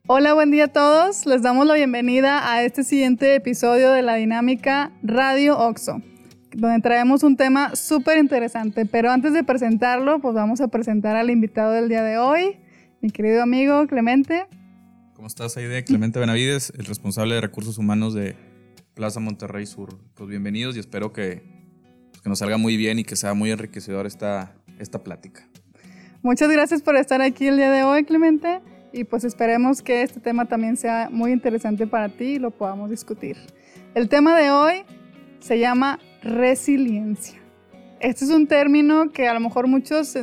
Hola, buen día a todos. Les damos la bienvenida a este siguiente episodio de la dinámica Radio Oxxo, donde traemos un tema súper interesante. Pero antes de presentarlo, pues vamos a presentar al invitado del día de hoy, mi querido amigo Clemente. ¿Cómo estás, Aide? Clemente Benavides, el responsable de Recursos Humanos de Plaza Monterrey Sur. Pues bienvenidos y espero que nos salga muy bien y que sea muy enriquecedor esta plática. Muchas gracias por estar aquí el día de hoy, Clemente. Y pues esperemos que este tema también sea muy interesante para ti y lo podamos discutir. El tema de hoy se llama resiliencia. Este es un término que a lo mejor muchos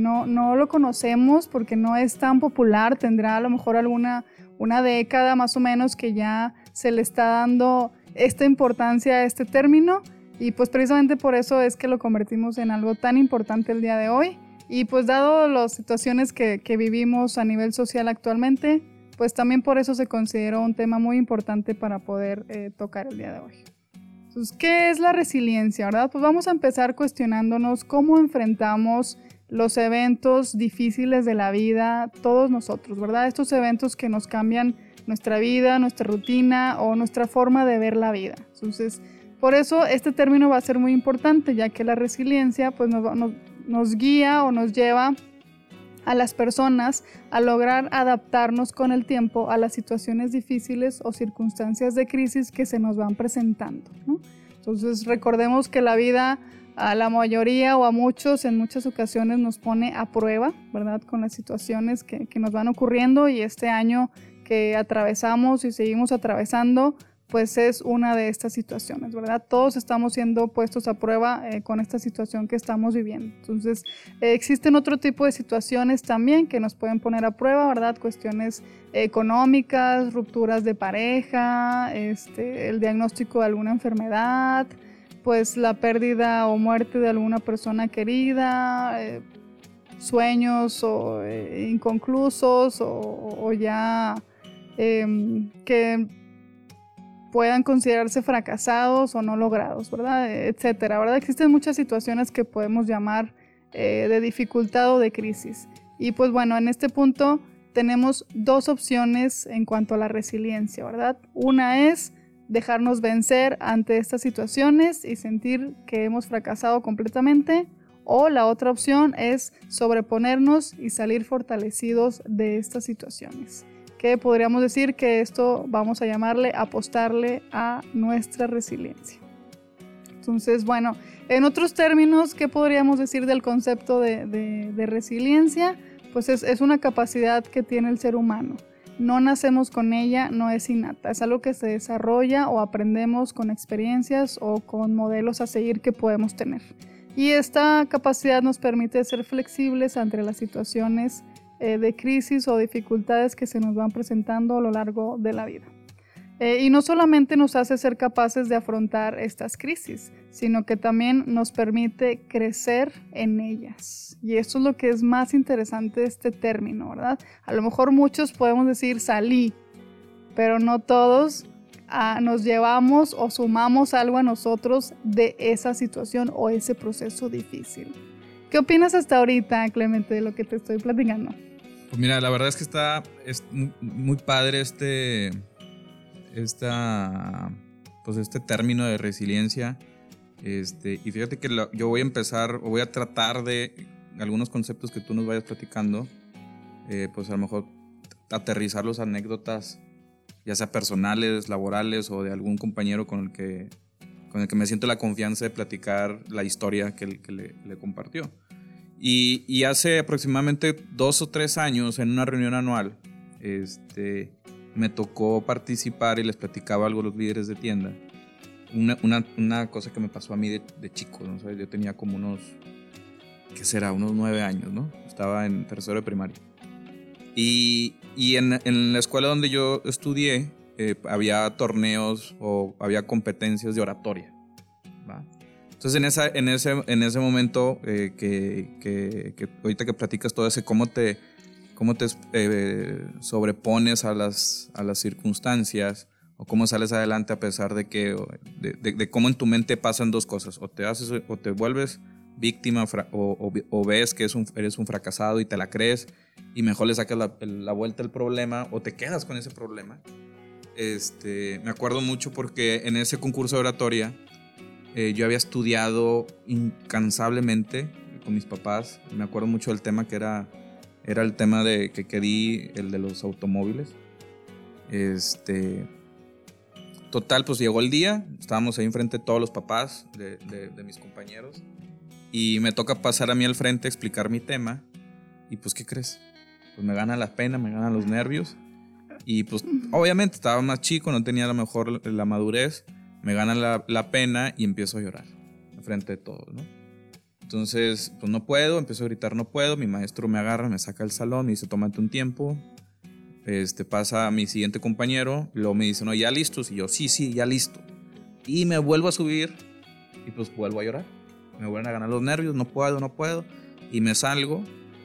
no lo conocemos porque no es tan popular. Tendrá a lo mejor una década más o menos que ya se le está dando esta importancia a este término. Y pues precisamente por eso es que lo convertimos en algo tan importante el día de hoy. Y pues dado las situaciones que vivimos a nivel social actualmente, pues también por eso se consideró un tema muy importante para poder tocar el día de hoy. Entonces, ¿qué es la resiliencia, verdad? Pues vamos a empezar cuestionándonos cómo enfrentamos los eventos difíciles de la vida, todos nosotros, ¿verdad? Estos eventos que nos cambian nuestra vida, nuestra rutina o nuestra forma de ver la vida. Entonces, por eso este término va a ser muy importante, ya que la resiliencia pues nos guía o nos lleva a las personas a lograr adaptarnos con el tiempo a las situaciones difíciles o circunstancias de crisis que se nos van presentando, ¿no? Entonces recordemos que la vida a la mayoría o a muchos en muchas ocasiones nos pone a prueba, ¿verdad? Con las situaciones que nos van ocurriendo, y este año que atravesamos y seguimos atravesando pues es una de estas situaciones, ¿verdad? Todos estamos siendo puestos a prueba con esta situación que estamos viviendo. Entonces, existen otro tipo de situaciones también que nos pueden poner a prueba, ¿verdad? Cuestiones económicas, rupturas de pareja, el diagnóstico de alguna enfermedad, pues la pérdida o muerte de alguna persona querida, sueños inconclusos o ya que puedan considerarse fracasados o no logrados, ¿verdad? Etcétera, ¿verdad? Existen muchas situaciones que podemos llamar de dificultad o de crisis. Y pues bueno, en este punto tenemos dos opciones en cuanto a la resiliencia, ¿verdad? Una es dejarnos vencer ante estas situaciones y sentir que hemos fracasado completamente, o la otra opción es sobreponernos y salir fortalecidos de estas situaciones, que podríamos decir que esto vamos a llamarle apostarle a nuestra resiliencia. Entonces, bueno, en otros términos, ¿qué podríamos decir del concepto de resiliencia? Pues es una capacidad que tiene el ser humano. No nacemos con ella, no es innata, es algo que se desarrolla o aprendemos con experiencias o con modelos a seguir que podemos tener. Y esta capacidad nos permite ser flexibles ante las situaciones de crisis o dificultades que se nos van presentando a lo largo de la vida. Y no solamente nos hace ser capaces de afrontar estas crisis, sino que también nos permite crecer en ellas. Y esto es lo que es más interesante de este término, ¿verdad? A lo mejor muchos podemos decir salí, pero no todos nos llevamos o sumamos algo a nosotros de esa situación o ese proceso difícil. ¿Qué opinas hasta ahorita, Clemente, de lo que te estoy platicando? Pues mira, la verdad es que es muy padre este término de resiliencia. Y fíjate que yo voy a empezar o voy a tratar de algunos conceptos que tú nos vayas platicando, pues a lo mejor aterrizar anécdotas, ya sea personales, laborales o de algún compañero con el que me siento la confianza de platicar la historia que le compartió. Y hace aproximadamente 2 o 3 años, en una reunión anual, me tocó participar y les platicaba algo a los líderes de tienda. Una cosa que me pasó a mí de chico, ¿no? ¿Sabes? Yo tenía como unos 9 años, ¿no? Estaba en tercero de primaria. Y en la escuela donde yo estudié, había torneos o había competencias de oratoria, ¿va? Entonces en ese momento que ahorita que platicas todo ese cómo te sobrepones a las circunstancias o cómo sales adelante a pesar de cómo en tu mente pasan dos cosas, o te vuelves víctima o ves que eres un fracasado y te la crees y mejor le sacas la vuelta al problema o te quedas con ese problema. Me acuerdo mucho porque en ese concurso de oratoria yo había estudiado incansablemente con mis papás. Me acuerdo mucho del tema que era el tema que di, el de los automóviles. Total, pues llegó el día, estábamos ahí enfrente de todos los papás de mis compañeros y me toca pasar a mí al frente a explicar mi tema y pues ¿qué crees? Pues me gana la pena, me ganan los nervios y pues obviamente estaba más chico, no tenía a lo mejor la madurez, me gana la pena y empiezo a llorar al frente de todos, ¿no? Entonces pues no puedo, empiezo a gritar no puedo, mi maestro me agarra, me saca del salón, me dice tómate un tiempo. Pasa a mi siguiente compañero, luego me dice, no, ¿ya listos? Y yo, sí, ya listo. Y me vuelvo a subir y pues vuelvo a llorar. Me vuelven a ganar los nervios, no puedo. Y me salgo.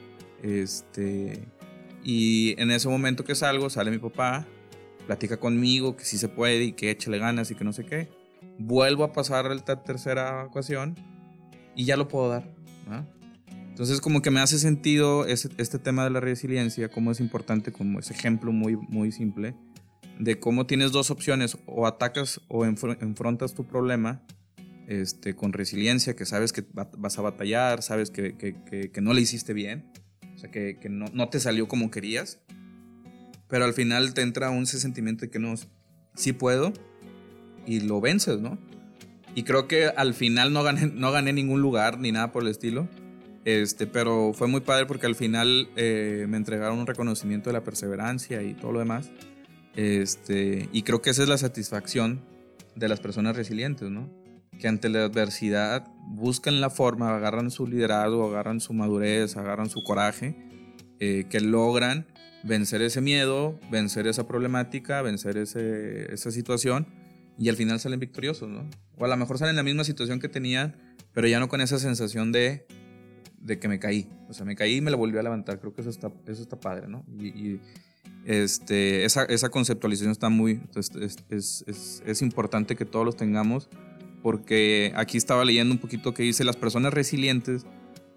Y en ese momento que salgo, sale mi papá, platica conmigo que sí se puede y que échale ganas y que no sé qué. Vuelvo a pasar la tercera ocasión y ya lo puedo dar, ¿no? Entonces como que me hace sentido este tema de la resiliencia, cómo es importante, como ese ejemplo muy, muy simple, de cómo tienes dos opciones, o atacas o enfrentas tu problema con resiliencia, que sabes que vas a batallar, sabes que no le hiciste bien, o sea, que no te salió como querías, pero al final te entra ese sentimiento de que no, sí puedo, y lo vences, ¿no? Y creo que al final no gané ningún lugar ni nada por el estilo. Pero fue muy padre porque al final me entregaron un reconocimiento de la perseverancia y todo lo demás. Y creo que esa es la satisfacción de las personas resilientes, ¿no? Que ante la adversidad buscan la forma, agarran su liderazgo, agarran su madurez, agarran su coraje, que logran vencer ese miedo, vencer esa problemática, vencer esa situación y al final salen victoriosos, ¿no? O a lo mejor salen en la misma situación que tenían, pero ya no con esa sensación de que me caí. O sea, me caí y me la volví a levantar. Creo que eso está padre, ¿no? Y esa conceptualización está muy... Es importante que todos los tengamos, porque aquí estaba leyendo un poquito que dice las personas resilientes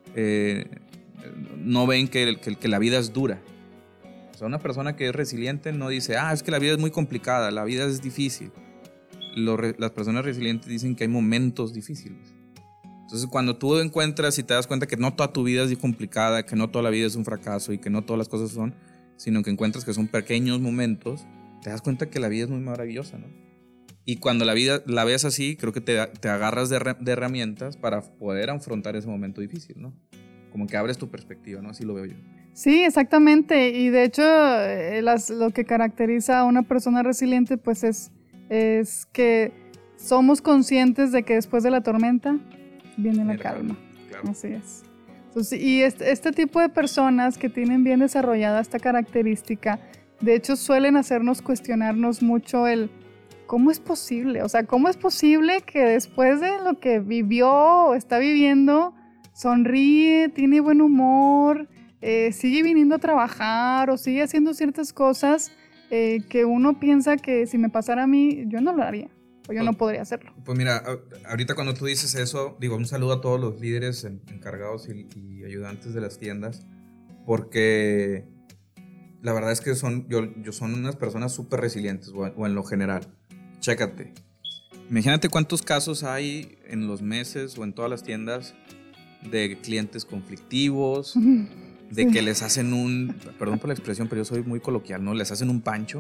no ven que la vida es dura. O sea, una persona que es resiliente no dice, es que la vida es muy complicada, la vida es difícil. Las personas resilientes dicen que hay momentos difíciles. Entonces, cuando tú encuentras y te das cuenta que no toda tu vida es complicada, que no toda la vida es un fracaso y que no todas las cosas son, sino que encuentras que son pequeños momentos, te das cuenta que la vida es muy maravillosa, ¿no? Y cuando la vida la ves así, creo que te agarras de herramientas para poder afrontar ese momento difícil, ¿no? Como que abres tu perspectiva, ¿no? Así lo veo yo. Sí, exactamente. Y de hecho, lo que caracteriza a una persona resiliente, pues es que somos conscientes de que después de la tormenta viene la calma. Claro. Así es. Entonces, y este tipo de personas que tienen bien desarrollada esta característica, de hecho suelen hacernos cuestionarnos mucho ¿cómo es posible? O sea, ¿cómo es posible que después de lo que vivió o está viviendo, sonríe, tiene buen humor, sigue viniendo a trabajar o sigue haciendo ciertas cosas que uno piensa que si me pasara a mí, yo no lo haría? O yo no podría hacerlo. Pues mira, ahorita cuando tú dices eso, digo, un saludo a todos los líderes encargados y ayudantes de las tiendas, porque la verdad es que son unas personas súper resilientes, o en lo general. Chécate. Imagínate cuántos casos hay en los meses o en todas las tiendas de clientes conflictivos, de que les hacen perdón por la expresión, pero yo soy muy coloquial, ¿no? Les hacen un pancho,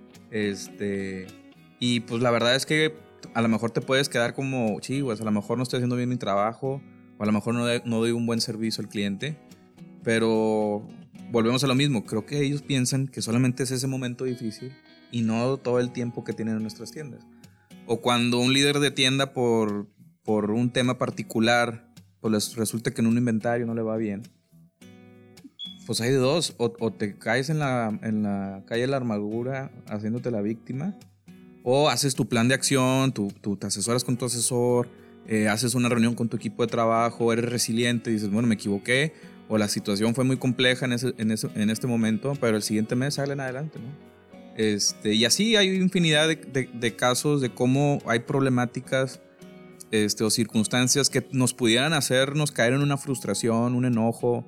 y pues la verdad es que a lo mejor te puedes quedar como, chivas, a lo mejor no estoy haciendo bien mi trabajo, o a lo mejor no doy un buen servicio al cliente, pero volvemos a lo mismo. Creo que ellos piensan que solamente es ese momento difícil y no todo el tiempo que tienen en nuestras tiendas. O cuando un líder de tienda por un tema particular, pues les resulta que en un inventario no le va bien, pues hay de dos, o te caes en la calle de la amargura haciéndote la víctima, o haces tu plan de acción, tú te asesoras con tu asesor, haces una reunión con tu equipo de trabajo, eres resiliente, dices, bueno, me equivoqué, o la situación fue muy compleja en este momento, pero el siguiente mes salen adelante, ¿no? Y así hay infinidad de casos de cómo hay problemáticas o circunstancias que nos pudieran hacernos caer en una frustración, un enojo,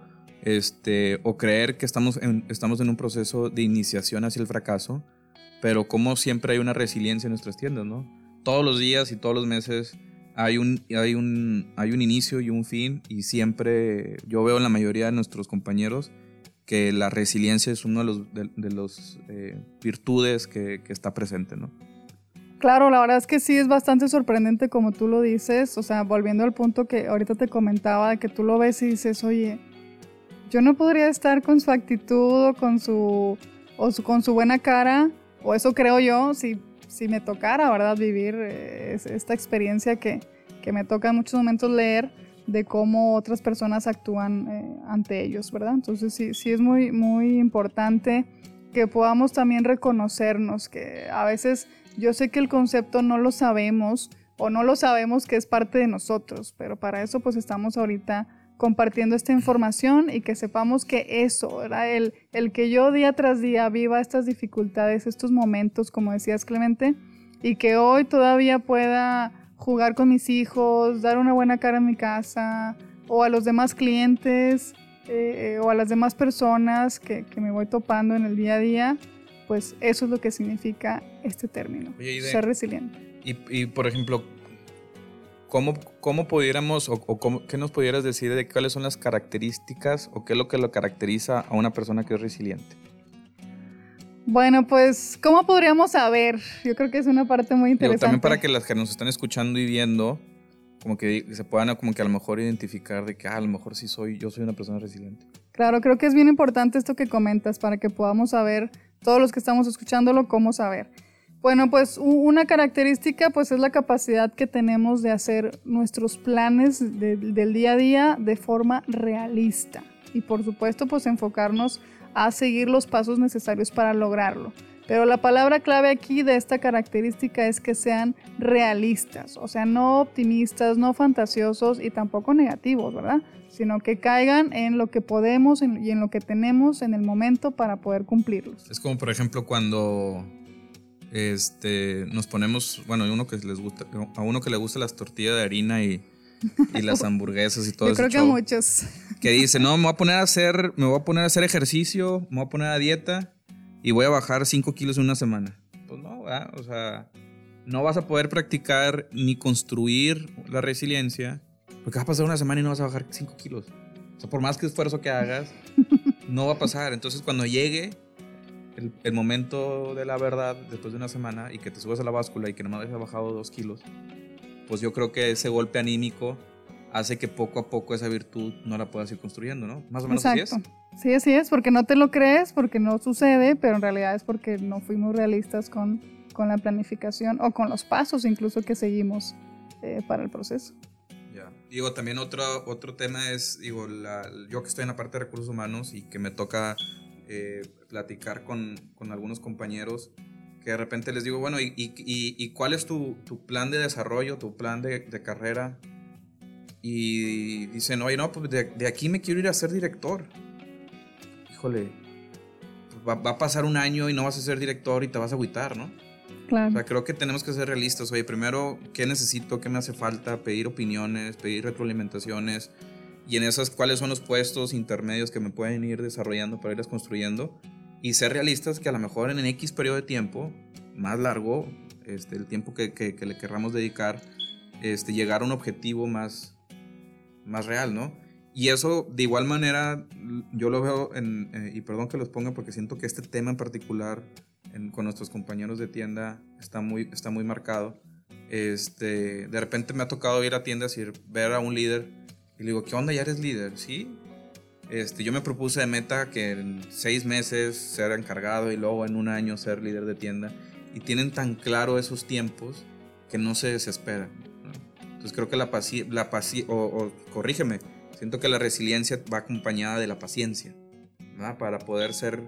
o creer que estamos en un proceso de iniciación hacia el fracaso, pero como siempre hay una resiliencia en nuestras tiendas, ¿no? Todos los días y todos los meses hay un inicio y un fin, y siempre yo veo en la mayoría de nuestros compañeros que la resiliencia es una de los virtudes que está presente, ¿no? Claro, la verdad es que sí es bastante sorprendente como tú lo dices, o sea, volviendo al punto que ahorita te comentaba, de que tú lo ves y dices, oye, yo no podría estar con su actitud o con su buena cara, o eso creo yo, si me tocara, ¿verdad? Vivir esta experiencia que me toca en muchos momentos leer de cómo otras personas actúan ante ellos, ¿verdad? Entonces sí es muy, muy importante que podamos también reconocernos, que a veces yo sé que el concepto no lo sabemos o no lo sabemos que es parte de nosotros, pero para eso pues estamos ahorita compartiendo esta información y que sepamos que eso, ¿verdad? El que yo día tras día viva estas dificultades, estos momentos, como decías, Clemente, y que hoy todavía pueda jugar con mis hijos, dar una buena cara en mi casa, o a los demás clientes, o a las demás personas que me voy topando en el día a día, pues eso es lo que significa este término, ser resiliente. Y por ejemplo, ¿cómo pudiéramos qué nos pudieras decir de cuáles son las características o qué es lo que lo caracteriza a una persona que es resiliente? Bueno, pues, ¿cómo podríamos saber? Yo creo que es una parte muy interesante. También para que las que nos están escuchando y viendo, como que se puedan como que a lo mejor identificar de que a lo mejor yo soy una persona resiliente. Claro, creo que es bien importante esto que comentas para que podamos saber, todos los que estamos escuchándolo, cómo saber. Bueno, pues una característica pues es la capacidad que tenemos de hacer nuestros planes del día a día de forma realista y por supuesto pues enfocarnos a seguir los pasos necesarios para lograrlo. Pero la palabra clave aquí de esta característica es que sean realistas, o sea, no optimistas, no fantasiosos y tampoco negativos, ¿verdad? Sino que caigan en lo que podemos y en lo que tenemos en el momento para poder cumplirlos. Es como por ejemplo cuando nos ponemos, bueno, a uno que le gusta las tortillas de harina y las hamburguesas y todo eso. Yo creo que muchos. Que dice, no, me voy a poner a hacer ejercicio, me voy a poner a dieta y voy a bajar 5 kilos en una semana. Pues no, ¿verdad? O sea, no vas a poder practicar ni construir la resiliencia porque va a pasar una semana y no vas a bajar 5 kilos. O sea, por más que esfuerzo que hagas, no va a pasar. Entonces, cuando llegue el momento de la verdad, después de una semana, y que te subas a la báscula y que nomás hayas bajado 2 kilos, pues yo creo que ese golpe anímico hace que poco a poco esa virtud no la puedas ir construyendo, ¿no? Más o menos. Exacto. Así es. Sí, así es, porque no te lo crees, porque no sucede, pero en realidad es porque no fuimos realistas con la planificación o con los pasos incluso que seguimos para el proceso. Ya. Digo, también otro tema es, digo, yo que estoy en la parte de recursos humanos y que me toca platicar con algunos compañeros, que de repente les digo, bueno, ¿y cuál es tu plan de desarrollo, tu plan de carrera? Y dicen, oye, no, pues de aquí me quiero ir a ser director. Híjole, pues va a pasar un año y no vas a ser director y te vas a agüitar, ¿no? Claro. O sea, creo que tenemos que ser realistas. Oye, primero, ¿qué necesito? ¿Qué me hace falta? Pedir opiniones, pedir retroalimentaciones. Y en esas, ¿cuáles son los puestos intermedios que me pueden ir desarrollando para irlas construyendo? Y ser realistas que a lo mejor en X periodo de tiempo, más largo, el tiempo que le querramos dedicar, llegar a un objetivo más real, ¿no? Y eso, de igual manera, yo lo veo y perdón que los ponga porque siento que este tema en particular con nuestros compañeros de tienda está muy marcado. De repente me ha tocado ir a tiendas y ver a un líder y le digo, ¿qué onda? ¿Ya eres líder? Sí. Yo me propuse de meta que en 6 meses ser encargado y luego en un año ser líder de tienda, y tienen tan claro esos tiempos que no se desesperan, ¿no? Entonces creo que corrígeme, siento que la resiliencia va acompañada de la paciencia, ¿no? Para poder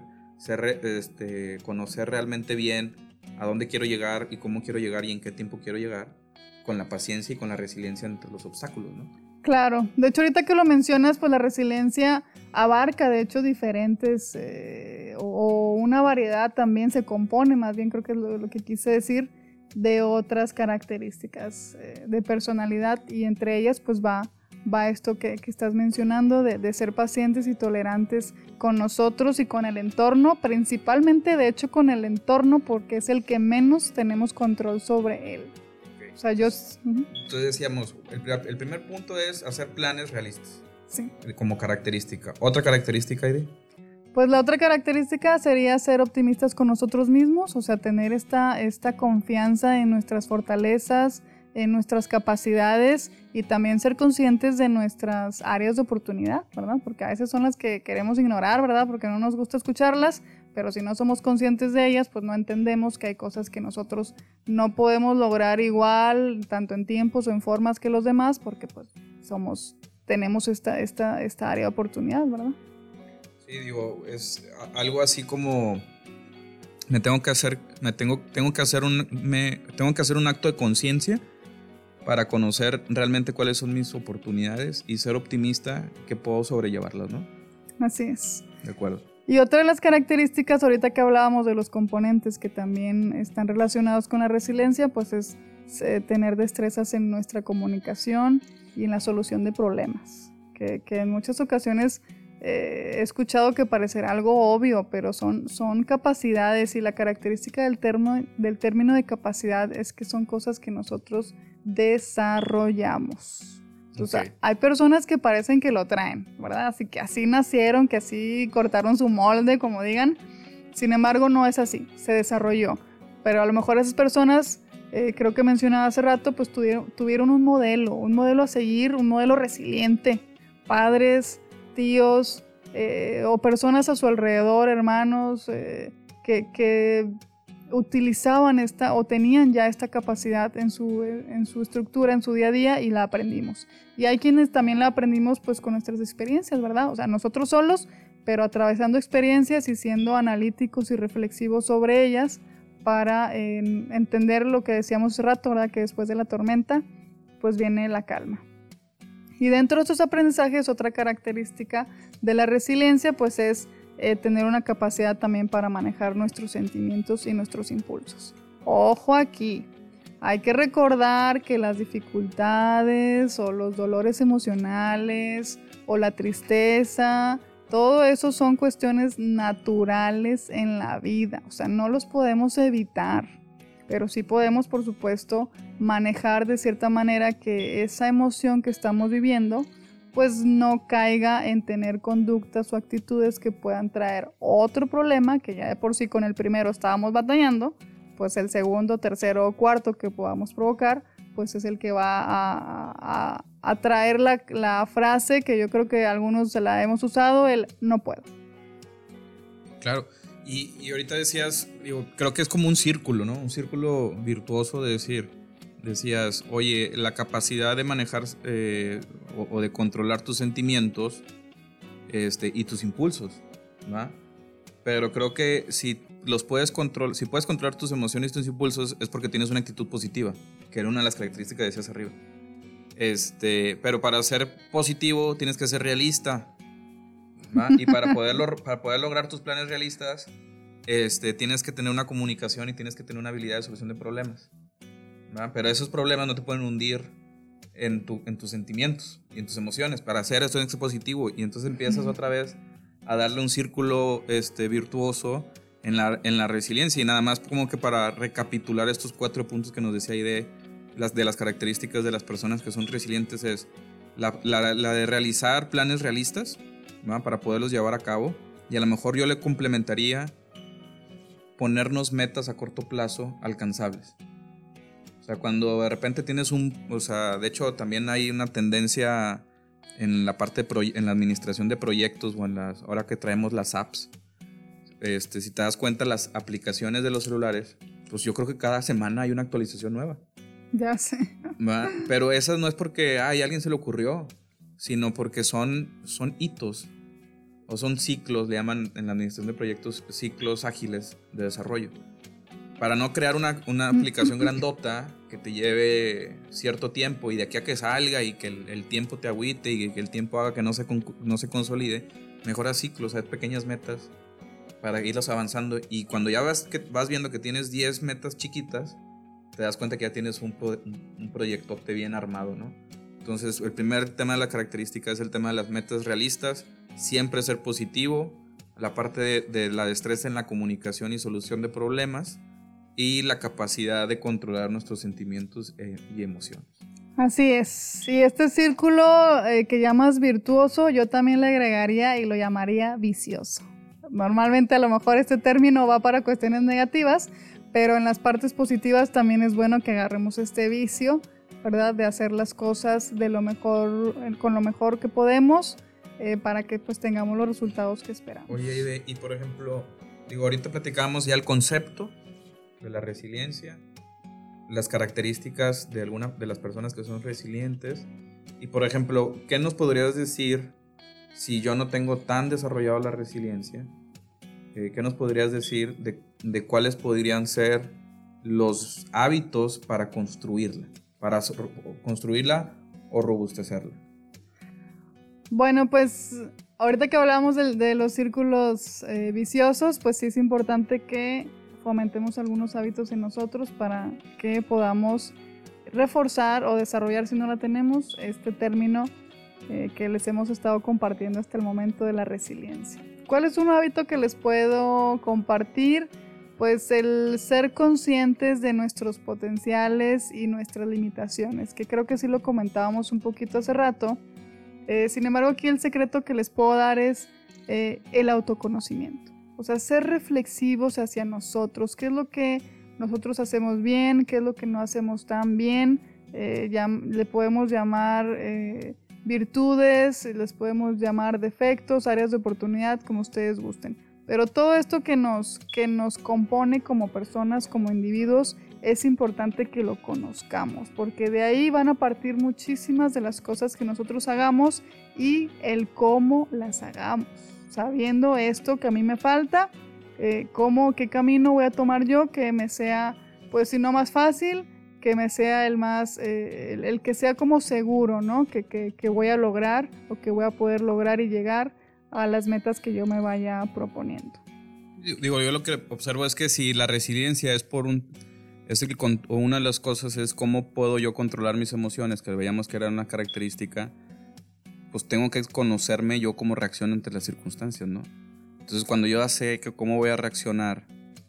conocer realmente bien a dónde quiero llegar y cómo quiero llegar y en qué tiempo quiero llegar, con la paciencia y con la resiliencia entre los obstáculos, ¿no? Claro, de hecho ahorita que lo mencionas, pues la resiliencia abarca de hecho diferentes o una variedad también, se compone más bien, creo que es lo que quise decir, de otras características de personalidad, y entre ellas pues va esto que estás mencionando de ser pacientes y tolerantes con nosotros y con el entorno, principalmente de hecho con el entorno, porque es el que menos tenemos control sobre él. Okay. O sea, Entonces decíamos, el primer punto es hacer planes realistas. Sí. Como característica. ¿Otra característica, Aide? Pues la otra característica sería ser optimistas con nosotros mismos, o sea, tener esta confianza en nuestras fortalezas, en nuestras capacidades, y también ser conscientes de nuestras áreas de oportunidad, ¿verdad? Porque a veces son las que queremos ignorar, ¿verdad? Porque no nos gusta escucharlas, pero si no somos conscientes de ellas, pues no entendemos que hay cosas que nosotros no podemos lograr igual, tanto en tiempos o en formas que los demás, porque pues tenemos esta área de oportunidad, ¿verdad? Sí, digo, es algo así como tengo que hacer un acto de conciencia para conocer realmente cuáles son mis oportunidades y ser optimista que puedo sobrellevarlas, ¿no? Así es. De acuerdo. Y otra de las características, ahorita que hablábamos de los componentes que también están relacionados con la resiliencia, pues es tener destrezas en nuestra comunicación y en la solución de problemas, que en muchas ocasiones he escuchado que parecerá algo obvio, pero son capacidades, y la característica del término de capacidad es que son cosas que nosotros desarrollamos. O sea, hay personas que parecen que lo traen, ¿verdad? Así que así nacieron, que así cortaron su molde, como digan. Sin embargo, no es así, se desarrolló. Pero a lo mejor esas personas, creo que mencionaba hace rato, pues tuvieron un modelo a seguir, un modelo resiliente. Padres, tíos o personas a su alrededor, hermanos, que utilizaban o tenían ya esta capacidad en su estructura, en su día a día, y la aprendimos. Y hay quienes también la aprendimos pues con nuestras experiencias, ¿verdad? O sea, nosotros solos, pero atravesando experiencias y siendo analíticos y reflexivos sobre ellas para entender lo que decíamos hace rato, ¿verdad? Que después de la tormenta pues viene la calma. Y dentro de estos aprendizajes, otra característica de la resiliencia pues es tener una capacidad también para manejar nuestros sentimientos y nuestros impulsos. Ojo aquí, hay que recordar que las dificultades o los dolores emocionales o la tristeza, todo eso son cuestiones naturales en la vida, o sea, no los podemos evitar. Pero sí podemos, por supuesto, manejar de cierta manera que esa emoción que estamos viviendo pues no caiga en tener conductas o actitudes que puedan traer otro problema, que ya de por sí con el primero estábamos batallando, pues el segundo, tercero o cuarto que podamos provocar, pues es el que va a traer la frase que yo creo que algunos se la hemos usado, el no puedo. Claro. Y ahorita decías, creo que es como un círculo, ¿no? Un círculo virtuoso de decías, oye, la capacidad de manejar o de controlar tus sentimientos y tus impulsos, ¿va? Pero creo que si puedes controlar tus emociones y tus impulsos es porque tienes una actitud positiva, que era una de las características que decías arriba. Pero para ser positivo tienes que ser realista, ¿va? Y para poder lograr tus planes realistas, tienes que tener una comunicación y tienes que tener una habilidad de solución de problemas, ¿va? Pero esos problemas no te pueden hundir en tus sentimientos y en tus emociones. Para hacer esto tienes que ser positivo, y entonces empiezas otra vez a darle un círculo virtuoso en la resiliencia. Y nada más como que para recapitular estos 4 puntos que nos decía ahí de las características de las personas que son resilientes, es la de realizar planes realistas, ¿va? Para poderlos llevar a cabo. Y a lo mejor yo le complementaría ponernos metas a corto plazo alcanzables. O sea, cuando de repente tienes de hecho también hay una tendencia en la parte en la administración de proyectos, o ahora que traemos las apps, si te das cuenta, las aplicaciones de los celulares, pues yo creo que cada semana hay una actualización nueva. Ya sé. ¿Va? Pero esas no es porque a alguien se le ocurrió, sino porque son hitos o son ciclos, le llaman en la administración de proyectos ciclos ágiles de desarrollo. Para no crear una aplicación grandota que te lleve cierto tiempo y de aquí a que salga y que el tiempo te agüite y que el tiempo haga que no se consolide, mejora ciclos, hay pequeñas metas para irlos avanzando. Y cuando ya vas viendo que tienes 10 metas chiquitas, te das cuenta que ya tienes un proyectote bien armado, ¿no? Entonces, el primer tema de la característica es el tema de las metas realistas, siempre ser positivo, la parte de la destreza en la comunicación y solución de problemas y la capacidad de controlar nuestros sentimientos y emociones. Así es. Y este círculo que llamas virtuoso, yo también le agregaría y lo llamaría vicioso. Normalmente a lo mejor este término va para cuestiones negativas, pero en las partes positivas también es bueno que agarremos este vicio, ¿verdad? De hacer las cosas de lo mejor, con lo mejor que podemos para que pues tengamos los resultados que esperamos. Oye, y por ejemplo, ahorita platicábamos ya el concepto de la resiliencia, las características de alguna de las personas que son resilientes y por ejemplo, ¿qué nos podrías decir si yo no tengo tan desarrollado la resiliencia? ¿Qué nos podrías decir de cuáles podrían ser los hábitos para construirla o robustecerla? Bueno, pues ahorita que hablábamos de los círculos viciosos, pues sí es importante que fomentemos algunos hábitos en nosotros para que podamos reforzar o desarrollar, si no la tenemos, este término que les hemos estado compartiendo hasta el momento de la resiliencia. ¿Cuál es un hábito que les puedo compartir? Pues el ser conscientes de nuestros potenciales y nuestras limitaciones, que creo que sí lo comentábamos un poquito hace rato. Sin embargo, aquí el secreto que les puedo dar es el autoconocimiento. O sea, ser reflexivos hacia nosotros, qué es lo que nosotros hacemos bien, qué es lo que no hacemos tan bien, le podemos llamar virtudes, les podemos llamar defectos, áreas de oportunidad, como ustedes gusten. Pero todo esto que nos compone como personas, como individuos, es importante que lo conozcamos, porque de ahí van a partir muchísimas de las cosas que nosotros hagamos y el cómo las hagamos. Sabiendo esto que a mí me falta, qué camino voy a tomar yo que me sea, pues si no más fácil, que me sea el que sea como seguro, ¿no? Que voy a lograr o que voy a poder lograr y llegar a las metas que yo me vaya proponiendo. Yo lo que observo es que si la resiliencia es una de las cosas es cómo puedo yo controlar mis emociones, que veíamos que era una característica, pues tengo que conocerme yo cómo reacciono ante las circunstancias, ¿no? Entonces cuando yo ya sé cómo voy a reaccionar,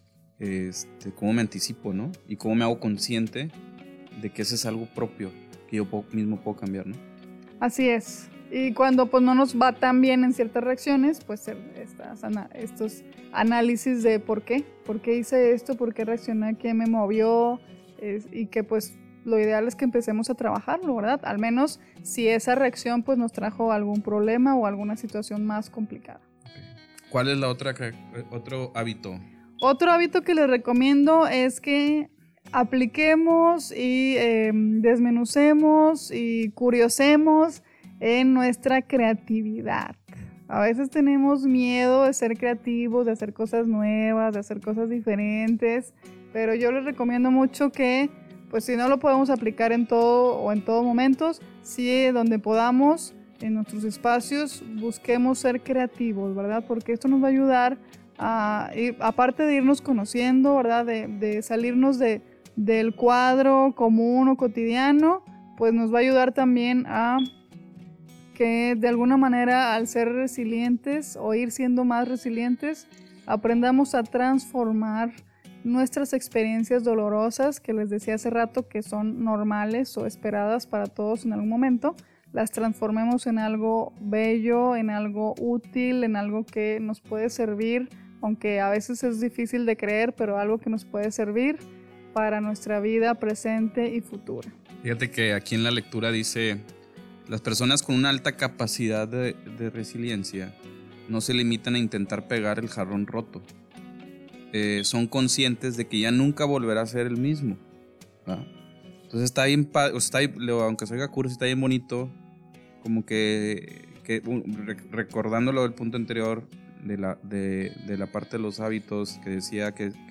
cómo me anticipo, ¿no? Y cómo me hago consciente de que ese es algo propio que yo mismo puedo cambiar, ¿no? Así es. Y cuando pues no nos va tan bien en ciertas reacciones, pues estos análisis de por qué hice esto, por qué reaccioné, qué me movió, y que pues lo ideal es que empecemos a trabajarlo, ¿verdad? Al menos si esa reacción pues nos trajo algún problema o alguna situación más complicada. ¿Cuál es otro hábito? Otro hábito que les recomiendo es que apliquemos y desmenucemos y curiosemos en nuestra creatividad. A veces tenemos miedo de ser creativos, de hacer cosas nuevas, de hacer cosas diferentes, pero yo les recomiendo mucho que, pues si no lo podemos aplicar en todo o en todo momentos, sí donde podamos, en nuestros espacios, busquemos ser creativos, ¿verdad? Porque esto nos va a ayudar aparte de irnos conociendo, ¿verdad? De salirnos del cuadro común o cotidiano, pues nos va a ayudar también a que de alguna manera al ser resilientes o ir siendo más resilientes, aprendamos a transformar nuestras experiencias dolorosas, que les decía hace rato que son normales o esperadas para todos en algún momento, las transformemos en algo bello, en algo útil, en algo que nos puede servir, aunque a veces es difícil de creer, pero algo que nos puede servir para nuestra vida presente y futura. Fíjate que aquí en la lectura dice: las personas con una alta capacidad de resiliencia no se limitan a intentar pegar el jarrón roto. Son conscientes de que ya nunca volverá a ser el mismo. Entonces está bien, aunque se oiga cursi, está bien bonito, como que recordándolo del punto anterior de la parte de los hábitos, que decía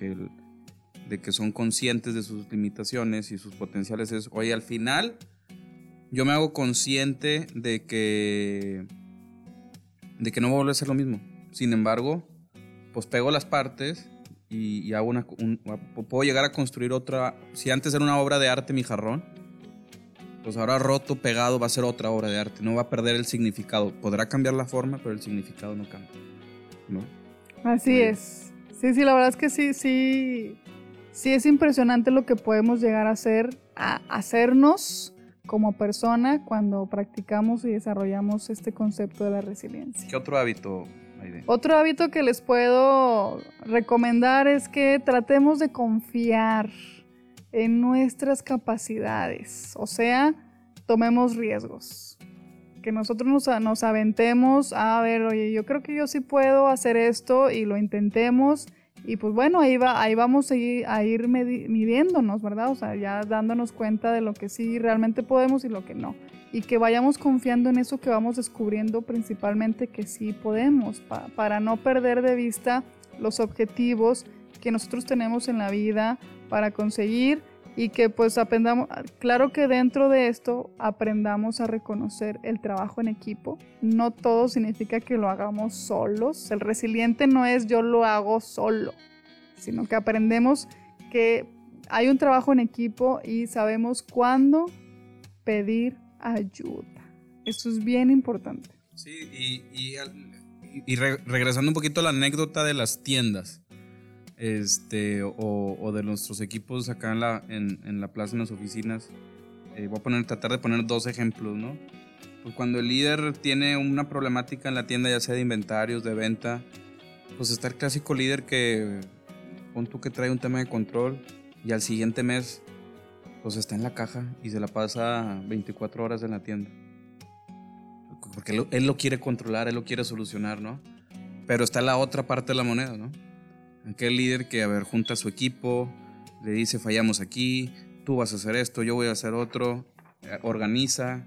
de que son conscientes de sus limitaciones y sus potenciales. Es, oye, al final yo me hago consciente de que no va a volver a ser lo mismo. Sin embargo, pues pego las partes y hago puedo llegar a construir otra. Si antes era una obra de arte mi jarrón, pues ahora roto, pegado, va a ser otra obra de arte. No va a perder el significado. Podrá cambiar la forma, pero el significado no cambia, ¿no? Así es. Sí, la verdad es que sí es impresionante lo que podemos llegar a hacernos como persona cuando practicamos y desarrollamos este concepto de la resiliencia. ¿Qué otro hábito, Aide? Otro hábito que les puedo recomendar es que tratemos de confiar en nuestras capacidades, o sea, tomemos riesgos, que nosotros nos aventemos a ver, oye, yo creo que yo sí puedo hacer esto y lo intentemos y pues bueno, ahí vamos a ir midiéndonos, ¿verdad? O sea, ya dándonos cuenta de lo que sí realmente podemos y lo que no. Y que vayamos confiando en eso que vamos descubriendo principalmente que sí podemos, para no perder de vista los objetivos que nosotros tenemos en la vida para conseguir y que pues aprendamos, claro que dentro de esto aprendamos a reconocer el trabajo en equipo. No todo significa que lo hagamos solos. El resiliente no es yo lo hago solo, sino que aprendemos que hay un trabajo en equipo y sabemos cuándo pedir ayuda. Eso es bien importante. Sí, regresando un poquito a la anécdota de las tiendas, o de nuestros equipos acá en la plaza, en las oficinas, voy a tratar de poner 2 ejemplos, ¿no? Pues cuando el líder tiene una problemática en la tienda, ya sea de inventarios, de venta, pues está el clásico líder que, pon tú que trae un tema de control y al siguiente mes, pues está en la caja y se la pasa 24 horas en la tienda. Porque él lo quiere controlar, él lo quiere solucionar, ¿no? Pero está la otra parte de la moneda, ¿no? Aquel líder que, junta a su equipo, le dice, fallamos aquí, tú vas a hacer esto, yo voy a hacer otro, organiza,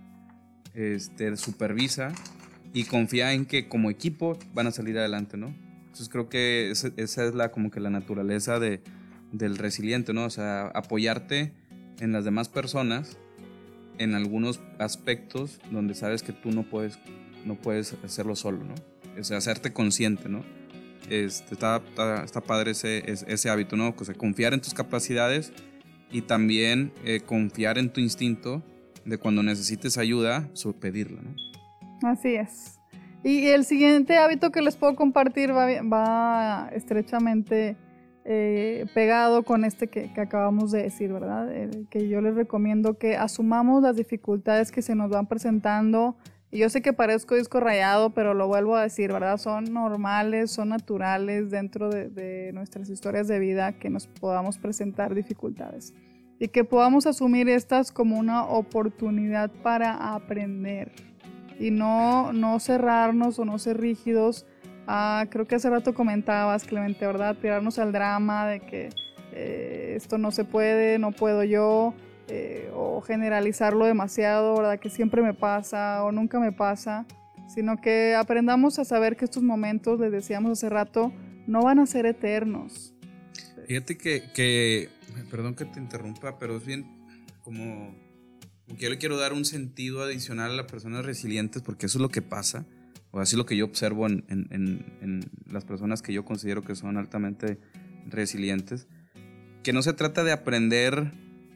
supervisa y confía en que como equipo van a salir adelante, ¿no? Entonces creo que esa es como que la naturaleza del resiliente, ¿no? O sea, apoyarte en las demás personas en algunos aspectos donde sabes que tú no puedes hacerlo solo, ¿no? O sea, hacerte consciente, ¿no? Está padre ese hábito, ¿no? O sea, confiar en tus capacidades y también confiar en tu instinto de cuando necesites ayuda, pedirla, ¿no? Así es. Y el siguiente hábito que les puedo compartir va estrechamente pegado con que acabamos de decir, ¿verdad? Que yo les recomiendo que asumamos las dificultades que se nos van presentando. Y yo sé que parezco disco rayado, pero lo vuelvo a decir, ¿verdad? Son normales, son naturales dentro de nuestras historias de vida que nos podamos presentar dificultades. Y que podamos asumir estas como una oportunidad para aprender. Y no cerrarnos o no ser rígidos. Creo que hace rato comentabas, Clemente, ¿verdad? Tirarnos al drama de que esto no se puede, no puedo yo. O generalizarlo demasiado, ¿verdad? Que siempre me pasa o nunca me pasa, sino que aprendamos a saber que estos momentos, les decíamos hace rato, no van a ser eternos. Fíjate que perdón que te interrumpa, pero es bien como que yo le quiero dar un sentido adicional a las personas resilientes, porque eso es lo que pasa, o así es lo que yo observo en las personas que yo considero que son altamente resilientes, que no se trata de aprender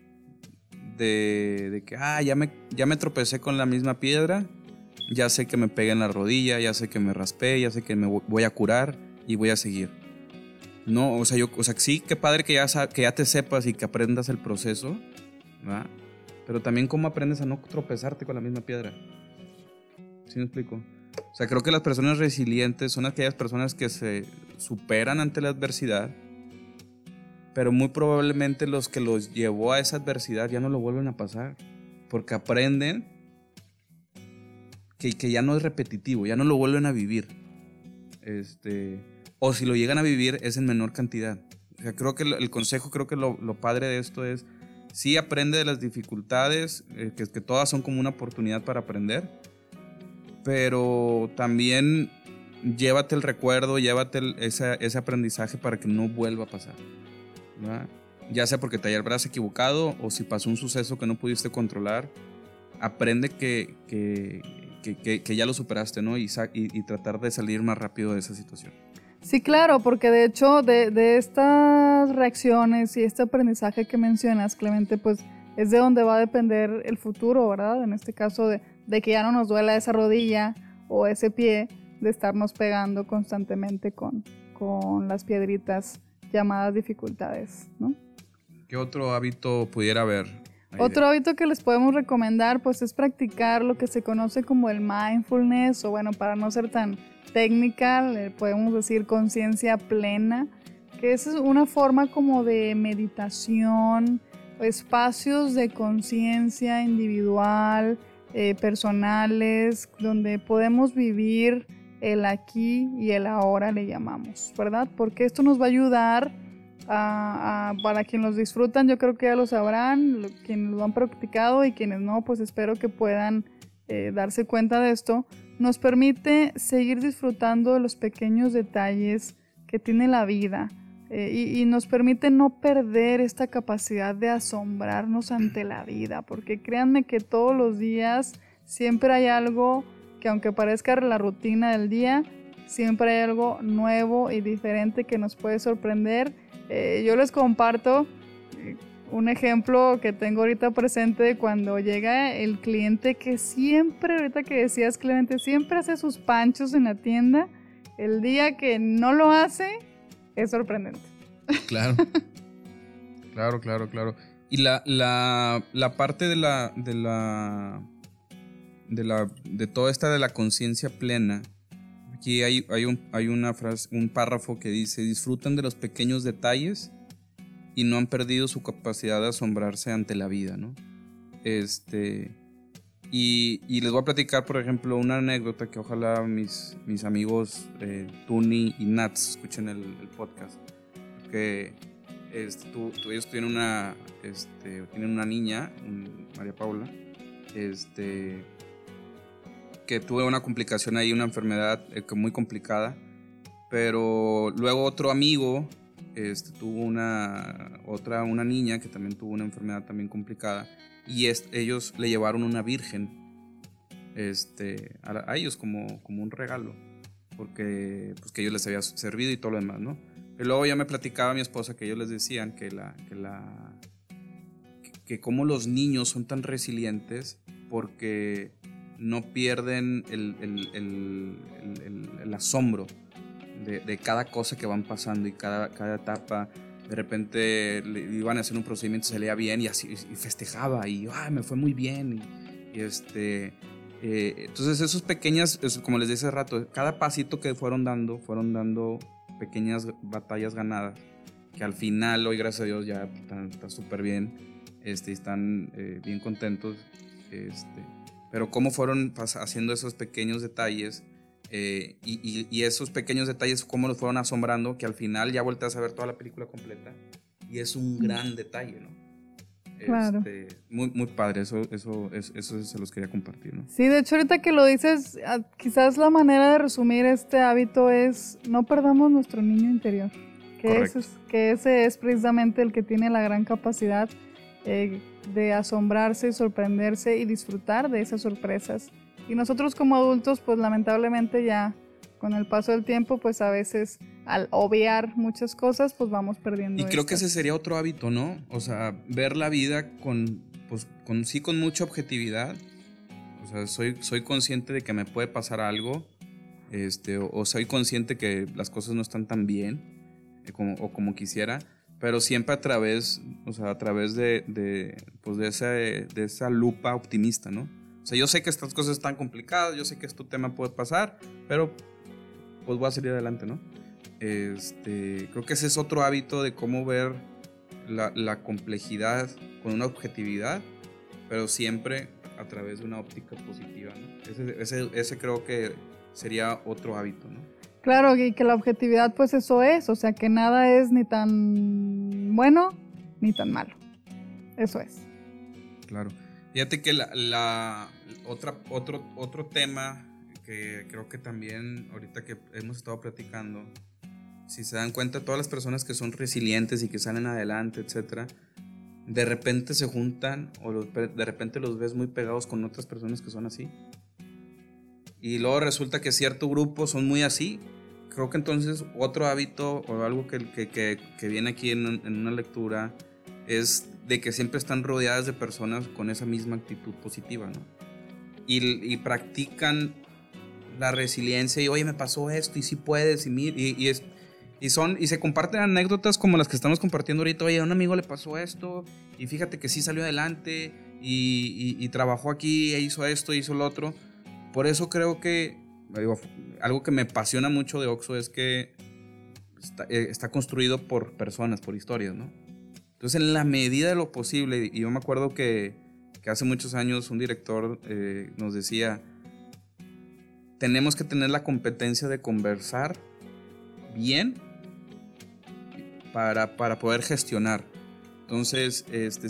de que ya me tropecé con la misma piedra, ya sé que me pegué en la rodilla, ya sé que me raspé, ya sé que me voy a curar y voy a seguir. No, o sea, sí, qué padre que ya te sepas y que aprendas el proceso, ¿verdad? Pero también cómo aprendes a no tropezarte con la misma piedra. ¿Sí me explico? O sea, creo que las personas resilientes son aquellas personas que se superan ante la adversidad, pero muy probablemente los que los llevó a esa adversidad ya no lo vuelven a pasar, porque aprenden que ya no es repetitivo, ya no lo vuelven a vivir. O si lo llegan a vivir es en menor cantidad. O sea, creo que el consejo, creo que lo padre de esto es, sí aprende de las dificultades, que todas son como una oportunidad para aprender, pero también llévate el recuerdo, llévate ese aprendizaje para que no vuelva a pasar, ¿verdad? Ya sea porque te habrás equivocado o si pasó un suceso que no pudiste controlar, aprende que ya lo superaste, ¿no? Y tratar de salir más rápido de esa situación. Sí, claro, porque de hecho de estas reacciones y este aprendizaje que mencionas, Clemente, pues es de donde va a depender el futuro, ¿verdad? En este caso de que ya no nos duela esa rodilla o ese pie, de estarnos pegando constantemente con las piedritas llamadas dificultades, ¿no? ¿Qué otro hábito pudiera haber? Otro hábito que les podemos recomendar pues es practicar lo que se conoce como el mindfulness, o bueno, para no ser tan técnica, le podemos decir conciencia plena, que es una forma como de meditación, espacios de conciencia individual, personales, donde podemos vivir el aquí y el ahora, le llamamos, ¿verdad? Porque esto nos va a ayudar para quienes los disfrutan, yo creo que ya lo sabrán, quienes lo han practicado, y quienes no, pues espero que puedan darse cuenta de esto. Nos permite seguir disfrutando de los pequeños detalles que tiene la vida, y nos permite no perder esta capacidad de asombrarnos ante la vida, porque créanme que todos los días siempre hay algo que, aunque parezca la rutina del día, siempre hay algo nuevo y diferente que nos puede sorprender. Yo les comparto un ejemplo que tengo ahorita presente cuando llega el cliente que siempre, ahorita que decías, Clemente, siempre hace sus panchos en la tienda. El día que no lo hace es sorprendente. Claro. Claro. Y la parte de toda esta de la conciencia plena. Aquí hay una frase, un párrafo que dice: disfrutan de los pequeños detalles y no han perdido su capacidad de asombrarse ante la vida, ¿no? Y les voy a platicar, por ejemplo, una anécdota que ojalá mis amigos Tuni y Nats escuchen el podcast. Que ellos tienen una niña, María Paula, que tuve una complicación ahí, una enfermedad muy complicada, pero luego otro amigo tuvo una niña que también tuvo una enfermedad también complicada, y ellos le llevaron una virgen a ellos como un regalo, porque pues, que ellos les había servido y todo lo demás, ¿no? Y luego ya me platicaba mi esposa que ellos les decían que como los niños son tan resilientes porque no pierden el asombro de cada cosa que van pasando, y cada etapa. De repente iban a hacer un procedimiento, se leía bien y así, y festejaba, y me fue muy bien. Entonces esos pequeñas, como les decía hace rato, cada pasito que fueron dando pequeñas batallas ganadas, que al final, hoy gracias a Dios ya están súper bien, están bien contentos, pero cómo fueron haciendo esos pequeños detalles, y esos pequeños detalles cómo los fueron asombrando, que al final ya volteas a ver toda la película completa y es un gran detalle, ¿no? Claro. Muy, muy padre, eso se los quería compartir, ¿no? Sí, de hecho ahorita que lo dices, quizás la manera de resumir este hábito es: no perdamos nuestro niño interior, que ese es precisamente el que tiene la gran capacidad de asombrarse, sorprenderse y disfrutar de esas sorpresas. Y nosotros como adultos, pues lamentablemente ya con el paso del tiempo, pues a veces al obviar muchas cosas, pues vamos perdiendo. Y creo que ese sería otro hábito, ¿no? O sea, ver la vida con mucha objetividad. O sea, soy consciente de que me puede pasar algo, o soy consciente que las cosas no están tan bien como quisiera, pero siempre a través de esa lupa optimista, ¿no? O sea, yo sé que estas cosas están complicadas, yo sé que este tema puede pasar, pero pues voy a salir adelante, ¿no? Creo que ese es otro hábito de cómo ver la complejidad con una objetividad, pero siempre a través de una óptica positiva, ¿no? Ese creo que sería otro hábito, ¿no? Claro, y que la objetividad, pues eso es, o sea, que nada es ni tan bueno ni tan malo. Eso es. Claro. Fíjate que otro tema que creo que también ahorita que hemos estado platicando, si se dan cuenta, todas las personas que son resilientes y que salen adelante, etcétera, de repente se juntan o de repente los ves muy pegados con otras personas que son así. Y luego resulta que cierto grupo son muy así, creo que entonces otro hábito o algo que viene aquí en una lectura es de que siempre están rodeadas de personas con esa misma actitud positiva, ¿no? Y practican la resiliencia y, oye, me pasó esto y sí puedes, y se comparten anécdotas como las que estamos compartiendo ahorita. Oye, a un amigo le pasó esto y fíjate que sí salió adelante y trabajó aquí, e hizo esto, hizo lo otro. Por eso creo que algo que me apasiona mucho de Oxxo es que está construido por personas, por historias, ¿no? Entonces, en la medida de lo posible, y yo me acuerdo que hace muchos años un director nos decía, tenemos que tener la competencia de conversar bien para poder gestionar. Entonces,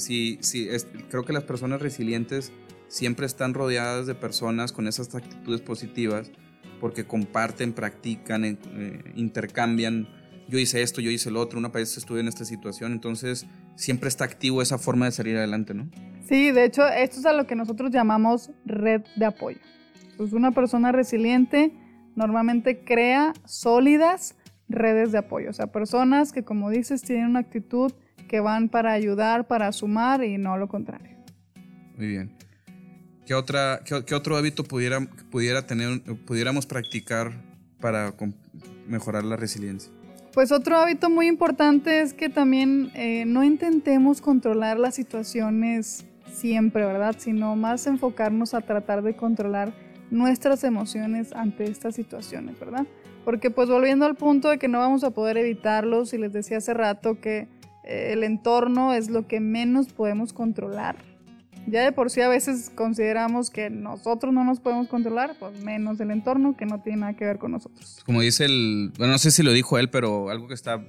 creo que las personas resilientes siempre están rodeadas de personas con esas actitudes positivas porque comparten, practican, intercambian. Yo hice esto, yo hice lo otro, una vez estuve en esta situación. Entonces, siempre está activo esa forma de salir adelante, ¿no? Sí, de hecho, esto es a lo que nosotros llamamos red de apoyo. Pues una persona resiliente normalmente crea sólidas redes de apoyo. O sea, personas que, como dices, tienen una actitud que van para ayudar, para sumar y no lo contrario. Muy bien. ¿Qué otro hábito pudiéramos practicar para mejorar la resiliencia? Pues otro hábito muy importante es que también no intentemos controlar las situaciones siempre, ¿verdad? Sino más enfocarnos a tratar de controlar nuestras emociones ante estas situaciones, ¿verdad? Porque pues volviendo al punto de que no vamos a poder evitarlos, y les decía hace rato que el entorno es lo que menos podemos controlar. Ya de por sí a veces consideramos que nosotros no nos podemos controlar, pues menos el entorno, que no tiene nada que ver con nosotros. Como dice no sé si lo dijo él, pero algo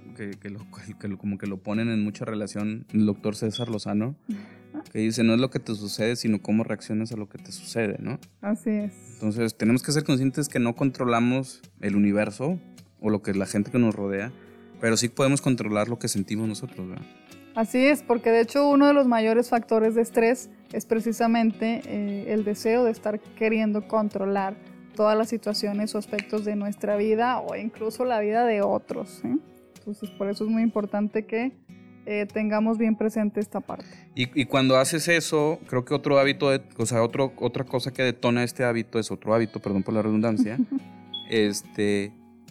como que lo ponen en mucha relación, el doctor César Lozano, que dice, no es lo que te sucede, sino cómo reaccionas a lo que te sucede, ¿no? Así es. Entonces tenemos que ser conscientes que no controlamos el universo o lo que es la gente que nos rodea, pero sí podemos controlar lo que sentimos nosotros, ¿verdad? Así es, porque de hecho uno de los mayores factores de estrés es precisamente el deseo de estar queriendo controlar todas las situaciones o aspectos de nuestra vida o incluso la vida de otros, ¿sí? Entonces por eso es muy importante que tengamos bien presente esta parte. Y cuando haces eso, creo que otro hábito, otra cosa que detona este hábito es otro hábito, perdón por la redundancia, que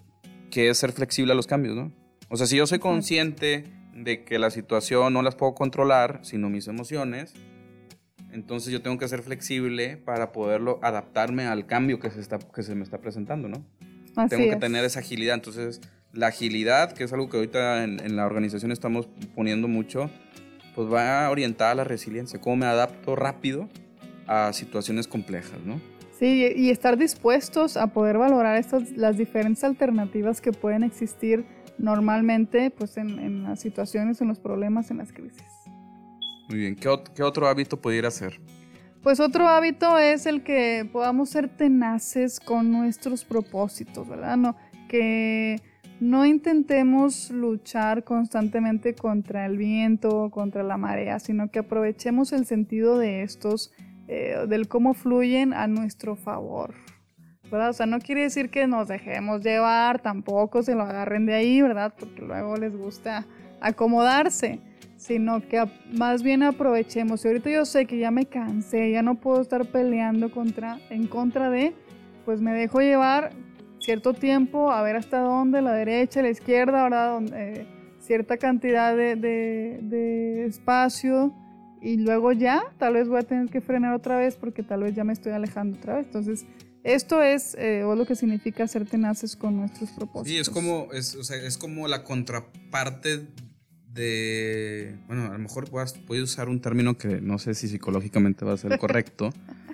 es ser flexible a los cambios, ¿no? O sea, si yo soy consciente de que la situación no las puedo controlar, sino mis emociones, entonces yo tengo que ser flexible para poderlo adaptarme al cambio que se me está presentando, ¿no? Tengo que tener esa agilidad. Entonces, la agilidad, que es algo que ahorita en la organización estamos poniendo mucho, pues va orientada a la resiliencia. Cómo me adapto rápido a situaciones complejas, ¿no? Sí, y estar dispuestos a poder valorar las diferentes alternativas que pueden existir normalmente pues en las situaciones, en los problemas, en las crisis. Muy bien. ¿Qué otro hábito pudiera ser? Pues otro hábito es el que podamos ser tenaces con nuestros propósitos, ¿verdad? Que no intentemos luchar constantemente contra el viento, contra la marea, sino que aprovechemos el sentido de estos, del cómo fluyen a nuestro favor, ¿verdad? O sea, no quiere decir que nos dejemos llevar, tampoco se lo agarren de ahí, ¿verdad? Porque luego les gusta acomodarse, sino que más bien aprovechemos. Y ahorita yo sé que ya me cansé, ya no puedo estar peleando en contra de, pues me dejo llevar cierto tiempo a ver hasta dónde, la derecha, la izquierda, ¿verdad? Cierta cantidad de espacio, y luego ya tal vez voy a tener que frenar otra vez porque tal vez ya me estoy alejando otra vez. Entonces, esto es lo que significa ser tenaces con nuestros propósitos. Sí, es como la contraparte de... Bueno, a lo mejor voy a usar un término que no sé si psicológicamente va a ser correcto.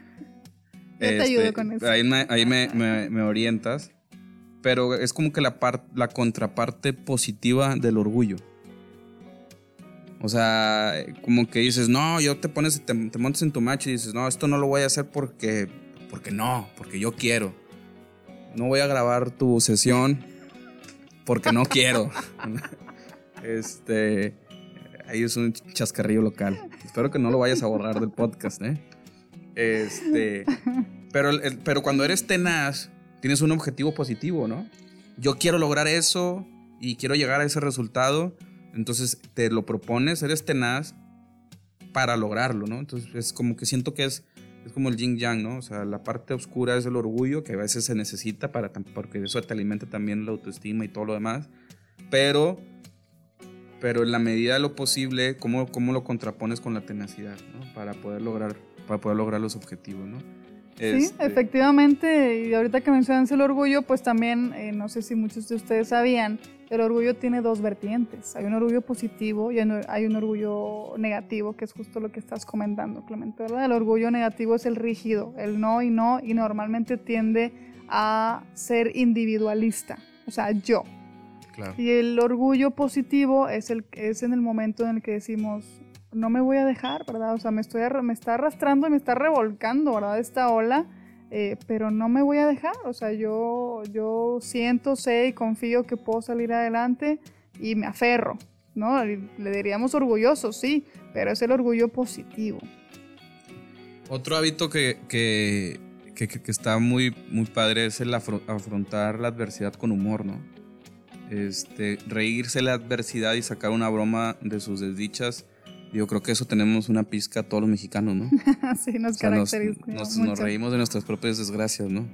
Yo te ayudo con eso. Ahí me orientas. Pero es como que la contraparte positiva del orgullo. O sea, como que dices, no, te montas en tu macho y dices, no, esto no lo voy a hacer porque yo quiero. No voy a grabar tu sesión porque no quiero. Ahí es un chascarrillo local. Espero que no lo vayas a borrar del podcast, Pero cuando eres tenaz, tienes un objetivo positivo, ¿no? yo quiero lograr eso y quiero llegar a ese resultado, entonces te lo propones, eres tenaz para lograrlo, ¿no? Entonces es como que siento que es como el yin yang, ¿no? O sea, la parte oscura es el orgullo, que a veces se necesita porque eso te alimenta también la autoestima y todo lo demás, pero en la medida de lo posible, ¿cómo lo contrapones con la tenacidad, ¿no? Para poder lograr los objetivos, ¿no? Sí, efectivamente, y ahorita que mencionas el orgullo, pues también, no sé si muchos de ustedes sabían, el orgullo tiene dos vertientes. Hay un orgullo positivo y hay un orgullo negativo, que es justo lo que estás comentando, Clemente, ¿verdad? El orgullo negativo es el rígido, el no, y normalmente tiende a ser individualista, o sea, yo. Claro. Y el orgullo positivo es en el momento en el que decimos, no me voy a dejar, ¿verdad? O sea, me está arrastrando y me está revolcando, ¿verdad? Esta ola, pero no me voy a dejar. O sea, yo siento, sé y confío que puedo salir adelante y me aferro, ¿no? Le diríamos orgulloso, sí, pero es el orgullo positivo. Otro hábito que está muy, muy padre es el afrontar la adversidad con humor, ¿no? Reírse de la adversidad y sacar una broma de sus desdichas. Yo creo que eso tenemos una pizca a todos los mexicanos, ¿no? Sí, nos caracteriza. Nos reímos de nuestras propias desgracias, ¿no?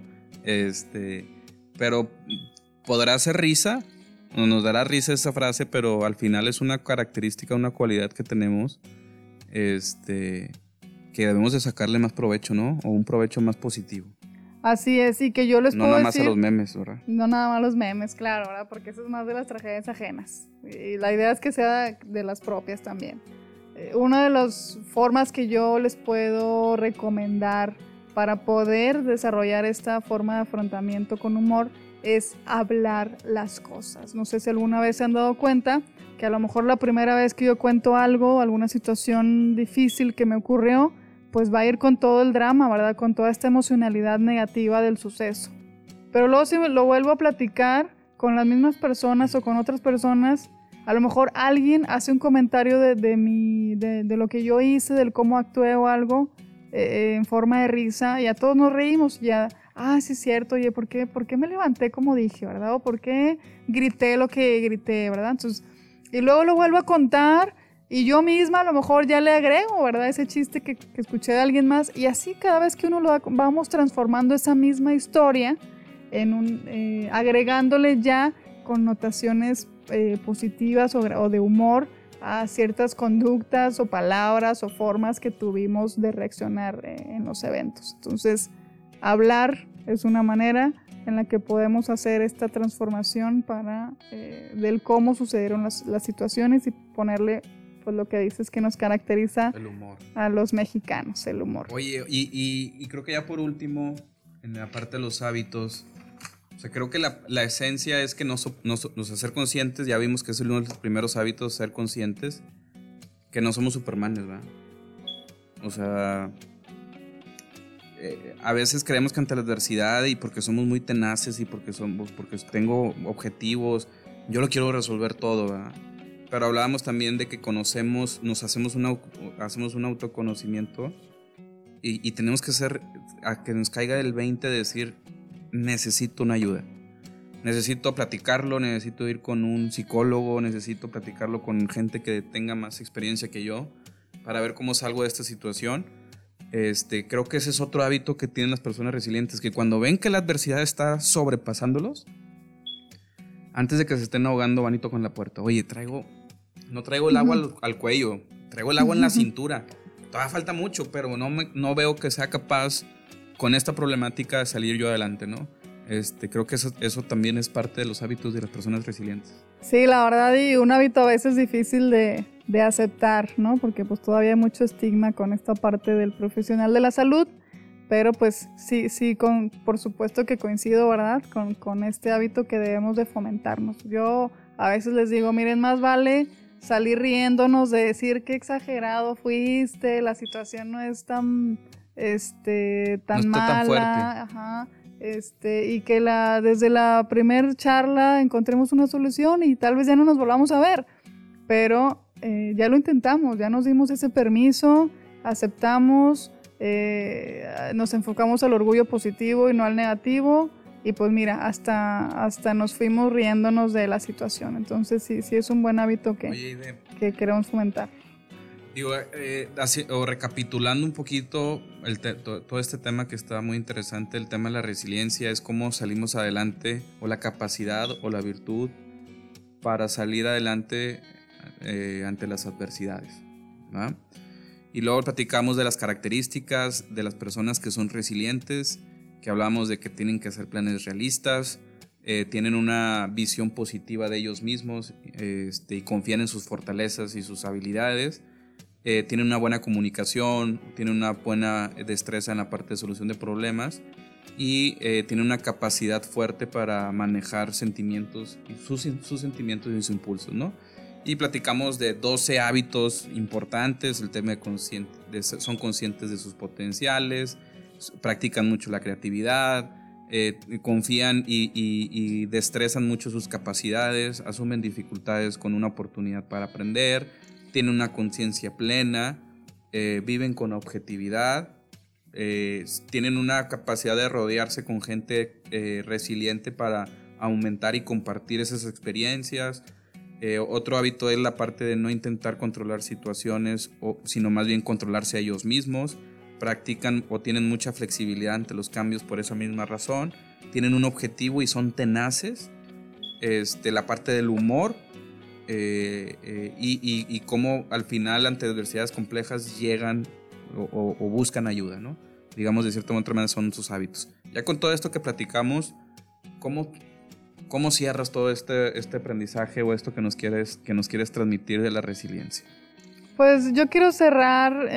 Pero podrá ser risa, o nos dará risa esa frase, pero al final es una característica, una cualidad que tenemos, que debemos de sacarle más provecho, ¿no? O un provecho más positivo. Así es, y que yo les puedo decir... No nada más a los memes, ¿verdad? No nada más a los memes, claro, ¿verdad? Porque eso es más de las tragedias ajenas. Y la idea es que sea de las propias también. Una de las formas que yo les puedo recomendar para poder desarrollar esta forma de afrontamiento con humor es hablar las cosas. No sé si alguna vez se han dado cuenta que a lo mejor la primera vez que yo cuento algo, alguna situación difícil que me ocurrió, pues va a ir con todo el drama, ¿verdad? Con toda esta emocionalidad negativa del suceso. Pero luego si lo vuelvo a platicar con las mismas personas o con otras personas, a lo mejor alguien hace un comentario de lo que yo hice, del cómo actué o algo, en forma de risa, y a todos nos reímos. Ya, sí es cierto, oye, ¿por qué me levanté como dije, verdad? ¿O por qué grité lo que grité, verdad? Entonces, y luego lo vuelvo a contar, y yo misma a lo mejor ya le agrego, ¿verdad? Ese chiste que escuché de alguien más, y así cada vez que uno vamos transformando esa misma historia, agregándole ya connotaciones positivas o de humor a ciertas conductas o palabras o formas que tuvimos de reaccionar en los eventos. Entonces, hablar es una manera en la que podemos hacer esta transformación del cómo sucedieron las situaciones y ponerle pues lo que dices que nos caracteriza el humor a los mexicanos, el humor. Oye, y creo que ya por último, en la parte de los hábitos, o sea, creo que la esencia es que nos hacer conscientes, ya vimos que es uno de los primeros hábitos, ser conscientes, que no somos supermanes, ¿verdad? O sea, a veces creemos que ante la adversidad y porque somos muy tenaces y porque tengo objetivos, yo lo quiero resolver todo, ¿verdad? Pero hablábamos también de que hacemos un autoconocimiento y tenemos que a que nos caiga el 20 de decir, necesito una ayuda, necesito platicarlo, necesito ir con un psicólogo, necesito platicarlo con gente que tenga más experiencia que yo para ver cómo salgo de esta situación. Creo que ese es otro hábito que tienen las personas resilientes, que cuando ven que la adversidad está sobrepasándolos, antes de que se estén ahogando, van y tocan la puerta. Oye, no traigo el agua al cuello, traigo el agua en la cintura. Todavía falta mucho, pero no veo que sea capaz con esta problemática de salir yo adelante, ¿no? Creo que eso también es parte de los hábitos de las personas resilientes. Sí, la verdad, y un hábito a veces difícil de aceptar, ¿no? Porque pues todavía hay mucho estigma con esta parte del profesional de la salud, pero pues sí, por supuesto que coincido, ¿verdad? Con este hábito que debemos de fomentarnos. Yo a veces les digo, miren, más vale salir riéndonos de decir qué exagerado fuiste, la situación no es tan tan mala, tan fuerte. ajá, y que desde la primer charla encontremos una solución y tal vez ya no nos volvamos a ver, pero ya lo intentamos, ya nos dimos ese permiso, aceptamos, nos enfocamos al orgullo positivo y no al negativo, y pues mira, hasta nos fuimos riéndonos de la situación. Entonces sí es un buen hábito que queremos fomentar. Digo, o recapitulando un poquito todo este tema que está muy interesante, el tema de la resiliencia, es cómo salimos adelante, o la capacidad o la virtud para salir adelante ante las adversidades, ¿verdad? Y luego platicamos de las características de las personas que son resilientes, que hablamos de que tienen que hacer planes realistas, tienen una visión positiva de ellos mismos, y confían en sus fortalezas y sus habilidades. Tienen una buena comunicación, tienen una buena destreza en la parte de solución de problemas y tienen una capacidad fuerte para manejar sentimientos, sus sentimientos y sus impulsos, ¿no? Y platicamos de 12 hábitos importantes, el tema son conscientes de sus potenciales, practican mucho la creatividad, confían y destrezan mucho sus capacidades, asumen dificultades con una oportunidad para aprender, tienen una conciencia plena, viven con objetividad, tienen una capacidad de rodearse con gente resiliente para aumentar y compartir esas experiencias. Otro hábito es la parte de no intentar controlar situaciones, sino más bien controlarse a ellos mismos. Practican o tienen mucha flexibilidad ante los cambios por esa misma razón. Tienen un objetivo y son tenaces. La parte del humor. Y cómo al final ante adversidades complejas llegan o buscan ayuda, ¿no? Digamos, de cierta manera son sus hábitos. Ya con todo esto que platicamos, ¿cómo cierras todo este aprendizaje o esto que nos quieres transmitir de la resiliencia? Pues yo quiero cerrar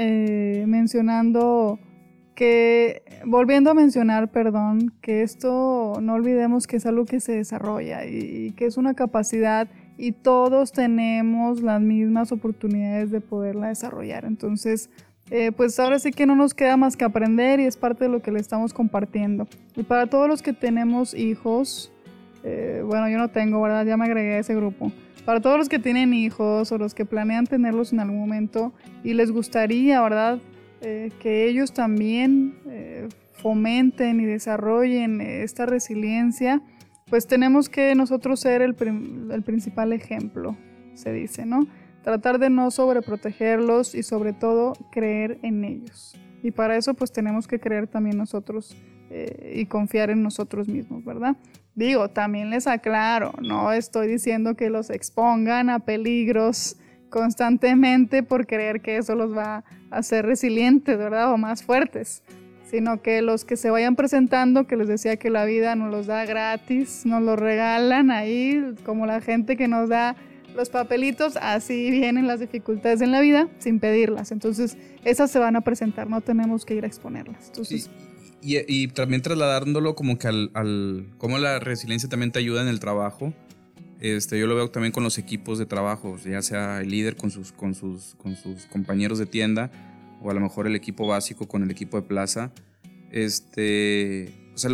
volviendo a mencionar, que esto no olvidemos que es algo que se desarrolla y que es una capacidad y todos tenemos las mismas oportunidades de poderla desarrollar. Entonces, pues ahora sí que no nos queda más que aprender y es parte de lo que le estamos compartiendo. Y para todos los que tenemos hijos, bueno, yo no tengo, ¿verdad? Ya me agregué a ese grupo. Para todos los que tienen hijos o los que planean tenerlos en algún momento y les gustaría, ¿verdad? Que ellos también fomenten y desarrollen esta resiliencia, pues tenemos que nosotros ser el principal ejemplo, se dice, ¿no? Tratar de no sobreprotegerlos y sobre todo creer en ellos. Y para eso pues tenemos que creer también nosotros y confiar en nosotros mismos, ¿verdad? Digo, también les aclaro, no estoy diciendo que los expongan a peligros constantemente por creer que eso los va a hacer resilientes, ¿verdad? O más fuertes, sino que los que se vayan presentando, que les decía que la vida nos los da gratis, nos los regalan ahí, como la gente que nos da los papelitos, así vienen las dificultades en la vida sin pedirlas. Entonces, esas se van a presentar, no tenemos que ir a exponerlas. Entonces, sí. Y también trasladándolo como que cómo la resiliencia también te ayuda en el trabajo. Yo lo veo también con los equipos de trabajo, ya sea el líder con sus compañeros de tienda o a lo mejor el equipo básico con el equipo de plaza. O sea,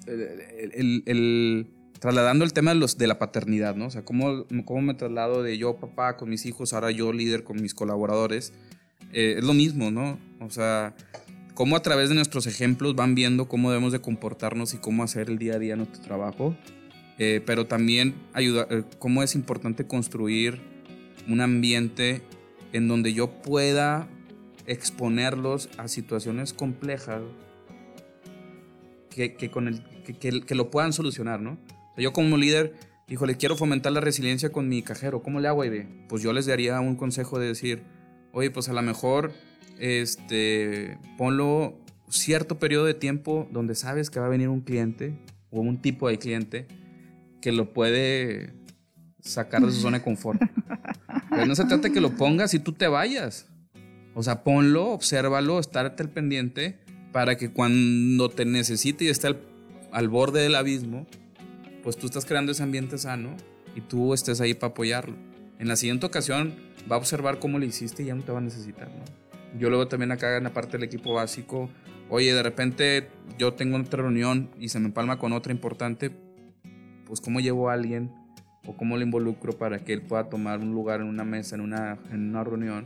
trasladando el tema de la paternidad, ¿no? O sea, cómo me traslado de yo papá con mis hijos, ahora yo líder con mis colaboradores. Es lo mismo, ¿no? O sea, cómo a través de nuestros ejemplos van viendo cómo debemos de comportarnos y cómo hacer el día a día nuestro trabajo. Pero también cómo es importante construir un ambiente en donde yo pueda exponerlos a situaciones complejas que lo puedan solucionar, ¿no? O sea, yo como líder, híjole, quiero fomentar la resiliencia con mi cajero, ¿cómo le hago, Aide? Pues yo les daría un consejo de decir, oye, pues a lo mejor ponlo cierto periodo de tiempo donde sabes que va a venir un cliente o un tipo de cliente que lo puede sacar de su zona de confort. Pero no se trata de que lo pongas y tú te vayas. O sea, ponlo, obsérvalo, estate al pendiente para que cuando te necesite y esté al borde del abismo, pues tú estás creando ese ambiente sano y tú estés ahí para apoyarlo. En la siguiente ocasión va a observar cómo le hiciste y ya no te va a necesitar, ¿no? Yo luego también acá en la parte del equipo básico, oye, de repente yo tengo otra reunión y se me empalma con otra importante, pues cómo llevo a alguien o cómo le involucro para que él pueda tomar un lugar en una mesa, en una reunión,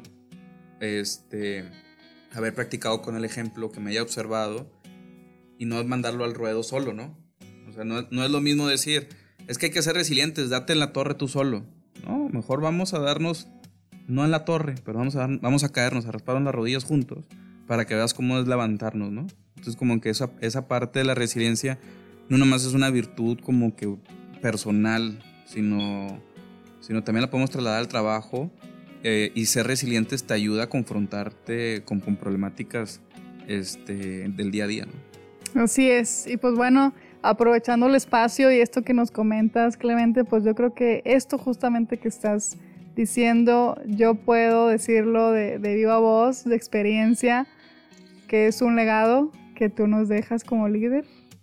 haber practicado con el ejemplo, que me haya observado y no mandarlo al ruedo solo, ¿no? O sea, no es lo mismo decir, es que hay que ser resilientes, date en la torre tú solo. No, mejor vamos a darnos, no en la torre, pero vamos a caernos, a rasparnos las rodillas juntos para que veas cómo es levantarnos, ¿no? Entonces como que esa parte de la resiliencia no nomás es una virtud como que personal, sino también la podemos trasladar al trabajo, y ser resilientes te ayuda a confrontarte con problemáticas del día a día, ¿no? Así es. Y pues bueno, aprovechando el espacio y esto que nos comentas, Clemente, pues yo creo que esto justamente que estás diciendo, yo puedo decirlo de viva voz, de experiencia, que es un legado que tú nos dejas como líder.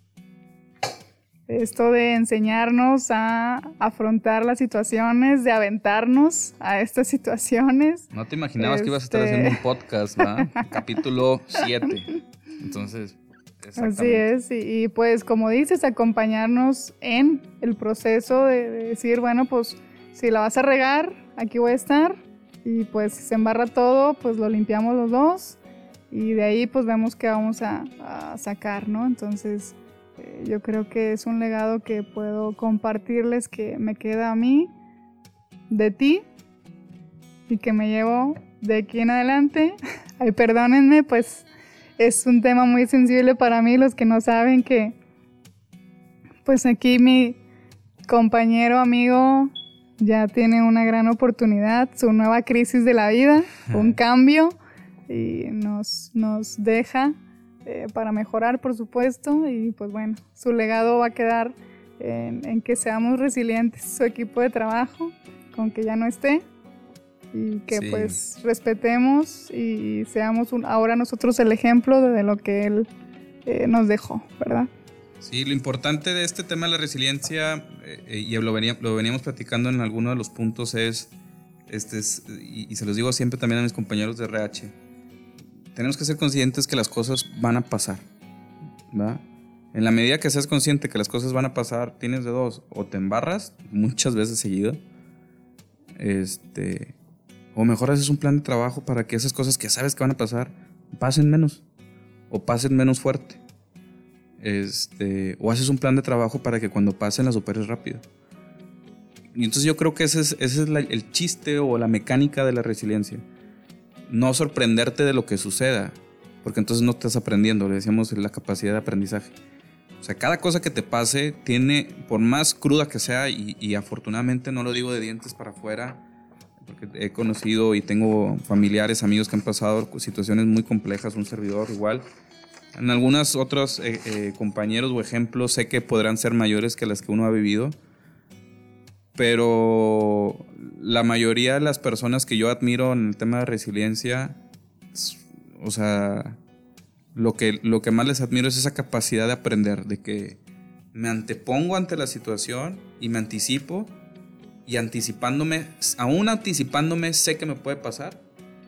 Esto de enseñarnos a afrontar las situaciones, de aventarnos a estas situaciones. No te imaginabas que ibas a estar haciendo un podcast, ¿verdad? Capítulo 7. Entonces, así es, y pues como dices, acompañarnos en el proceso de decir, bueno, pues si la vas a regar, aquí voy a estar, y pues si se embarra todo, pues lo limpiamos los dos, y de ahí pues vemos qué vamos a sacar, ¿no? Entonces yo creo que es un legado que puedo compartirles, que me queda a mí de ti y que me llevo de aquí en adelante. Ay, perdónenme, pues es un tema muy sensible para mí, los que no saben que pues aquí mi compañero, amigo, ya tiene una gran oportunidad, su nueva crisis de la vida, un cambio, y nos deja para mejorar, por supuesto, y pues bueno, su legado va a quedar en que seamos resilientes, su equipo de trabajo, con que ya no esté, y que sí, pues respetemos y seamos ahora nosotros el ejemplo de lo que él nos dejó, ¿verdad? Sí, lo importante de este tema de la resiliencia, y lo veníamos platicando en alguno de los puntos, y se los digo siempre también a mis compañeros de RH, tenemos que ser conscientes que las cosas van a pasar, ¿va? En la medida que seas consciente que las cosas van a pasar, tienes de dos: o te embarras muchas veces seguido, o mejor haces un plan de trabajo para que esas cosas que sabes que van a pasar pasen menos, o pasen menos fuerte, o haces un plan de trabajo para que cuando pasen las superes rápido. Y entonces yo creo que ese es el chiste o la mecánica de la resiliencia. No sorprenderte de lo que suceda, porque entonces no estás aprendiendo. Le decíamos la capacidad de aprendizaje. O sea, cada cosa que te pase tiene, por más cruda que sea, y afortunadamente no lo digo de dientes para afuera, porque he conocido y tengo familiares, amigos que han pasado situaciones muy complejas, un servidor igual. En algunos otros compañeros o ejemplos sé que podrán ser mayores que las que uno ha vivido, pero la mayoría de las personas que yo admiro en el tema de resiliencia, o sea, lo que más les admiro es esa capacidad de aprender, de que me antepongo ante la situación y me anticipo, y aún anticipándome sé que me puede pasar,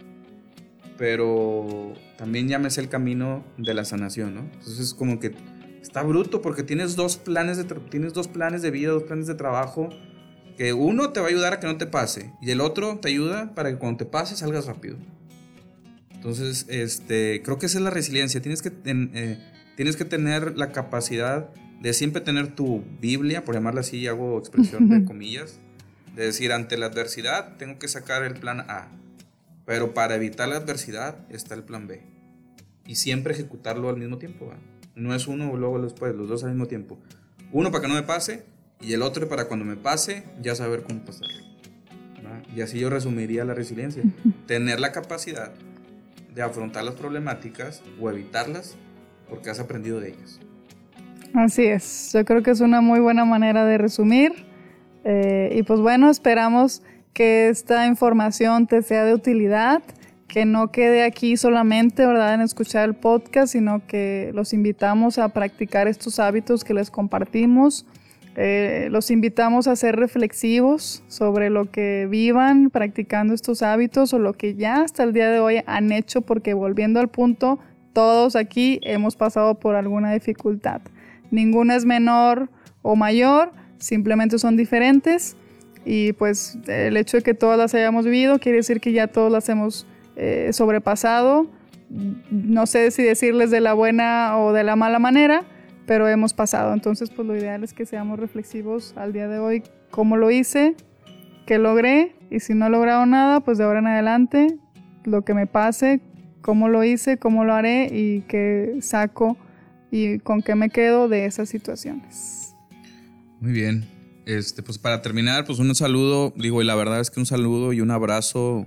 pero también ya me sé el camino de la sanación, ¿no? Entonces es como que está bruto, porque tienes dos planes de vida, dos planes de trabajo, que uno te va a ayudar a que no te pase y el otro te ayuda para que cuando te pase salgas rápido. Entonces, creo que esa es la resiliencia. Tienes que tener la capacidad de siempre tener tu Biblia, por llamarla así, hago expresión de comillas, de decir, ante la adversidad tengo que sacar el plan A, pero para evitar la adversidad está el plan B. Y siempre ejecutarlo al mismo tiempo, ¿verdad? No es uno o luego después, los dos al mismo tiempo. Uno para que no me pase, y el otro para cuando me pase, ya saber cómo pasarlo, ¿verdad? Y así yo resumiría la resiliencia. Tener la capacidad de afrontar las problemáticas o evitarlas porque has aprendido de ellas. Así es, yo creo que es una muy buena manera de resumir. Y pues bueno, esperamos que esta información te sea de utilidad, que no quede aquí solamente, ¿verdad?, en escuchar el podcast, sino que los invitamos a practicar estos hábitos que les compartimos. Los invitamos a ser reflexivos sobre lo que vivan practicando estos hábitos o lo que ya hasta el día de hoy han hecho, porque volviendo al punto, todos aquí hemos pasado por alguna dificultad. Ninguna es menor o mayor, simplemente son diferentes, y pues el hecho de que todas las hayamos vivido quiere decir que ya todas las hemos sobrepasado. No sé si decirles de la buena o de la mala manera, pero hemos pasado. Entonces, pues lo ideal es que seamos reflexivos al día de hoy. ¿Cómo lo hice? ¿Qué logré? Y si no he logrado nada, pues de ahora en adelante, lo que me pase, cómo lo hice, cómo lo haré y qué saco y con qué me quedo de esas situaciones. Muy bien. Pues para terminar, pues un saludo, digo, y la verdad es que un saludo y un abrazo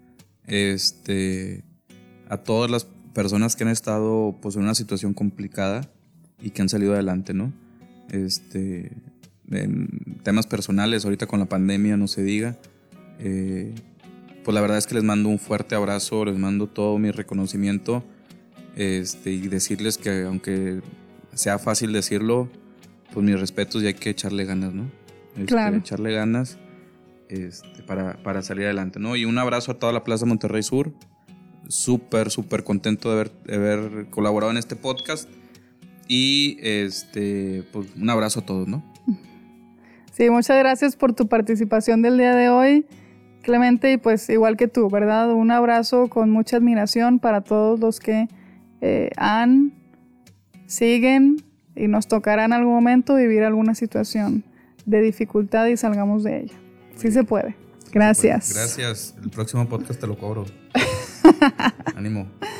a todas las personas que han estado pues en una situación complicada y que han salido adelante, ¿no? En temas personales, ahorita con la pandemia, no se diga. Pues la verdad es que les mando un fuerte abrazo, les mando todo mi reconocimiento, y decirles que aunque sea fácil decirlo, pues mis respetos y hay que echarle ganas, ¿no? Claro. Echarle ganas para salir adelante, ¿no? Y un abrazo a toda la Plaza Monterrey Sur. Súper contento de haber colaborado en este podcast. Y pues un abrazo a todos, ¿no? Sí, muchas gracias por tu participación del día de hoy, Clemente, y pues igual que tú, ¿verdad? Un abrazo con mucha admiración para todos los que siguen y nos tocará en algún momento vivir alguna situación de dificultad y salgamos de ella. Sí se puede. Gracias. Gracias. El próximo podcast te lo cobro. Ánimo.